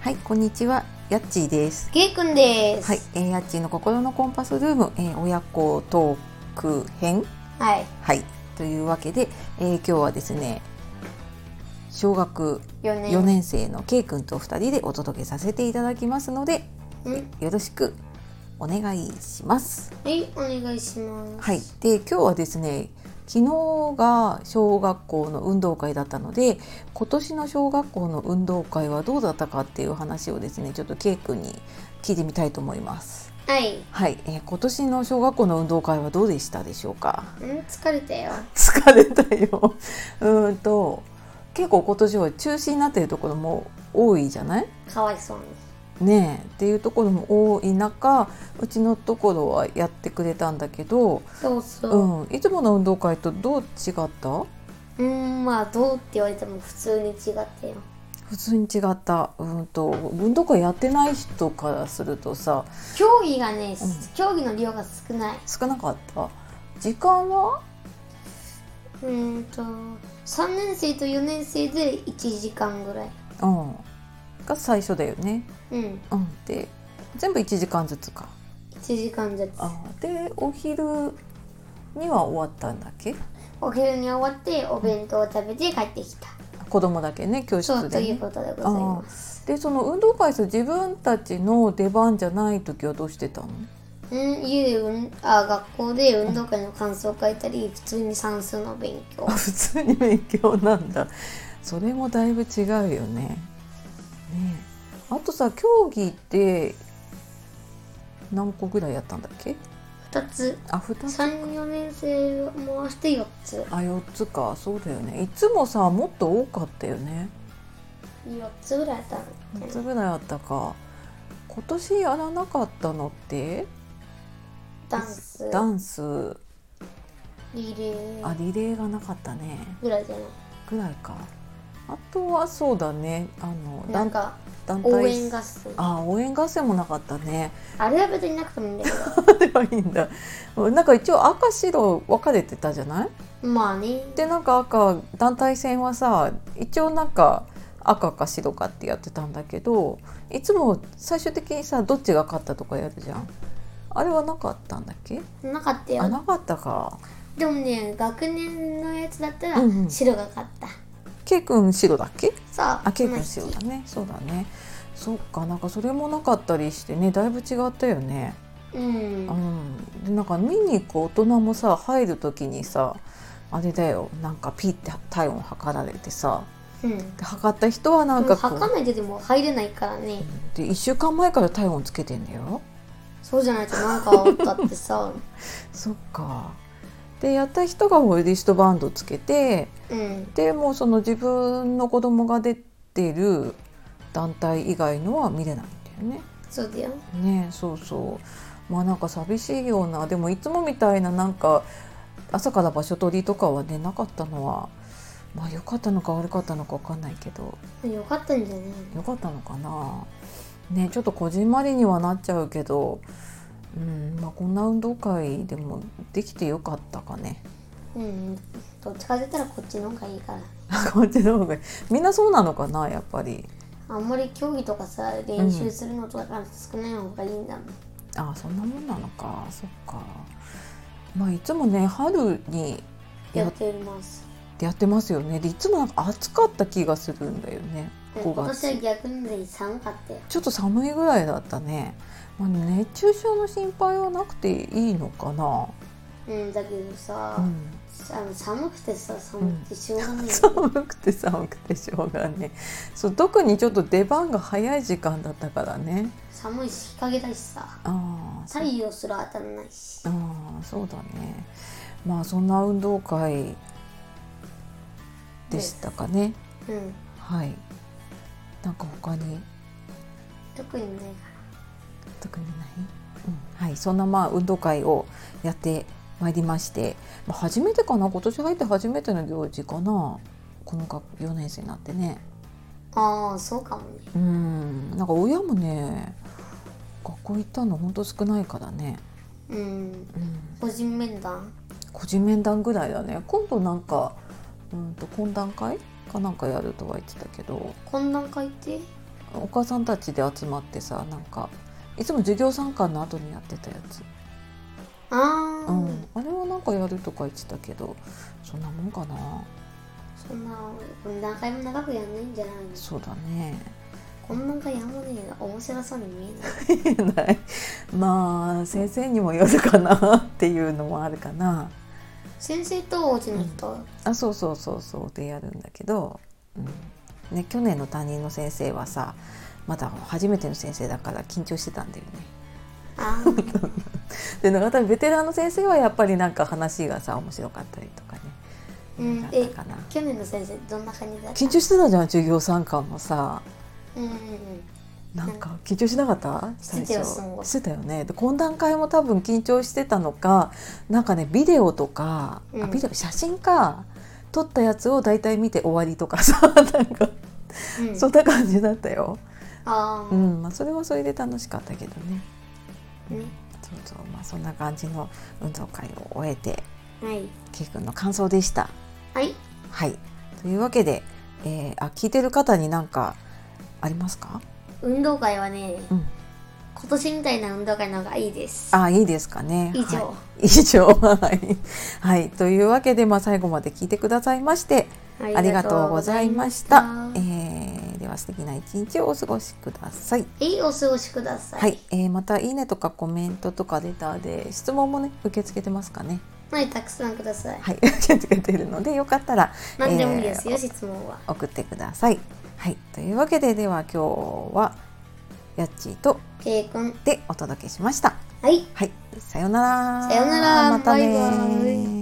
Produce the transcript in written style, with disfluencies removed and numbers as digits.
はい、こんにちは、やっちーです。 けいくんです。 はい、やっちーの心のコンパスルーム、親子トーク編。 はい。 はい、というわけで、今日はですね、小学4年生のけいくんと2人でお届けさせていただきますので、よろしくお願いします。 はい、お願いします。 はい、で今日はですね、昨日が小学校の運動会だったので、今年の小学校の運動会はどうだったかっていう話をですね、ちょっとケイ君に聞いてみたいと思います。 はい。 はい、今年の小学校の運動会はどうでしたでしょうか？ 疲れたよ。 疲れたよ。結構今年は中止になっているところも多いじゃない？ かわいそうに。 ねえっていうところも多い中、うちのところはやってくれたんだけど、 そうそいつもの運動会とどう違った？ まあどうって言われても普通に違ったよ。 普通に違った。運動会やってない人からするとさ、 競技がね、競技の量が少ない。 少なかった。時間は 3年生と4年生で1時間ぐらい。 が最初だよね。で全部1時間ずつか。 1時間ずつ。 でお昼には終わったんだっけ？ お昼に終わってお弁当を食べて帰ってきた。 子供だけね、教室でね。 そうということでございます。 でその運動会自分たちの出番じゃない時はどうしてたの？ 家で学校で運動会の感想を書いたり、普通に算数の勉強。 普通に勉強なんだ。それもだいぶ違うよね。あとさ、競技って何個ぐらいやったんだっけ ？2つ。 2つ。 3、4年生を回して4つ。 4つか。そうだよね。いつもさもっと多かったよね。 4つぐらいあったの。 4つぐらいあったか。今年やらなかったのってダンスリレー。 リレーがなかったね。 ぐらいじゃない？ ぐらいか。あとはそうだね、 なんか団体応援合戦。 応援合戦もなかったね。 あれは別になくてもいいんだけど。 ではいいんだ。なんか一応赤白分かれてたじゃない？ まあね。 でなんか団体戦はさ、一応なんか赤か白かってやってたんだけど、いつも最終的にさどっちが勝ったとかやるじゃん。あれはなかったんだっけ？ なかったよ。 なかったか。 でもね、学年のやつだったら白が勝った。 ケイ君白だっけ？ そう。 ケイ君白だね。そうだね。そっか、なんかそれもなかったりしてね、だいぶ違ったよね。でなんか見に行く大人もさ、入る時にさ、あれだよ、なんかピッて体温測られてさ、で測った人はなんか測らないとでも入れないからね。 で1週間前から体温つけてんだよ。 そうじゃないとなんかあったってさ。 そっか。でやった人がリストバンドつけて、でもうその自分の子供が出てる団体以外のは見れないんだよね。 そうだよね。そうそう。まあなんか寂しいような。でもいつもみたいななんか朝から場所取りとかはねなかったのは、まあ良かったのか悪かったのか分かんないけど、 よかったんじゃない？ 良かったのかな。ね、ちょっとこじんまりにはなっちゃうけど、まあこんな運動会でもできてよかったかね。 どっちかって言ったらこっちの方がいいから。 こっちの方がみんなそうなのかな、やっぱり。 あんまり競技とかさ、練習するのとか少ない方がいいんだもん。 そんなもんなのか。そっか。まあいつもね春にやってます。 やってますよね。でいつもなんか暑かった気がするんだよね。 今年は逆に寒かったよ。 ちょっと寒いぐらいだったね。熱中症の心配はなくていいのかな。 だけどさ、寒くてさ、寒くてしょうがない、ね。 寒くて寒くてしょうがない。そう、特にちょっと出番が早い時間だったからね。 寒いし日陰だしさ、太陽すら当たらないし。 そうだね。まあそんな運動会でしたかね。はい。なんか他に特にないかな。 特にない。はい。そんな運動会をやってまいりまして、初めてかな、今年入って初めての行事かな、この4年生になってね。 そうかもね。 なんか親もね学校行ったのほんと少ないからね。 個人面談ぐらいだね。今度なんか懇談会かなんかやるとは言ってたけど。 懇談会ってお母さんたちで集まってさ、なんかいつも授業参観の後にやってたやつ。あれはなんかやるとか言ってたけど、そんなもんかな。 そんな何回も長くやんないんじゃないの。 そうだね。 こんなんかやもねえ、面白そうに見えない。まあ先生にもよるかなっていうのもあるかな。 先生とおうちの人、 そうでやるんだけど、ね、去年の担任の先生はさ、まだ初めての先生だから緊張してたんだよね。でなんかベテランの先生はやっぱりなんか話がさ面白かったりとかね。 去年の先生どんな感じだった？ 緊張してたじゃん、授業参観もさ。なんか緊張しなかった？してたよね。で懇談会も多分緊張してたのか、なんかねビデオとか、写真か撮ったやつをだいたい見て終わりとかさ、なんか、そんな感じだったよ。それはそれで楽しかったけどね。そんな感じの運動会を終えて、ケイ君の感想でした。はい。というわけで、聞いてる方に何かありますか？ 運動会はね、今年みたいな運動会の方がいいです。 いいですかね。 以上。 はい。というわけで、最後まで聞いてくださいましてありがとうございました。では素敵な一日をお過ごしください。 お過ごしください。 はい。またいいねとかコメントとかレターで質問もね受け付けてますかね。 はい、たくさんください。 はい、受け付けているのでよかったら何でもいいですよ、質問は送ってください。はい。というわけで、では今日はやっちーとけいくんでお届けしました。 はい。 さようなら。 さようなら。 またね。 バイバイ。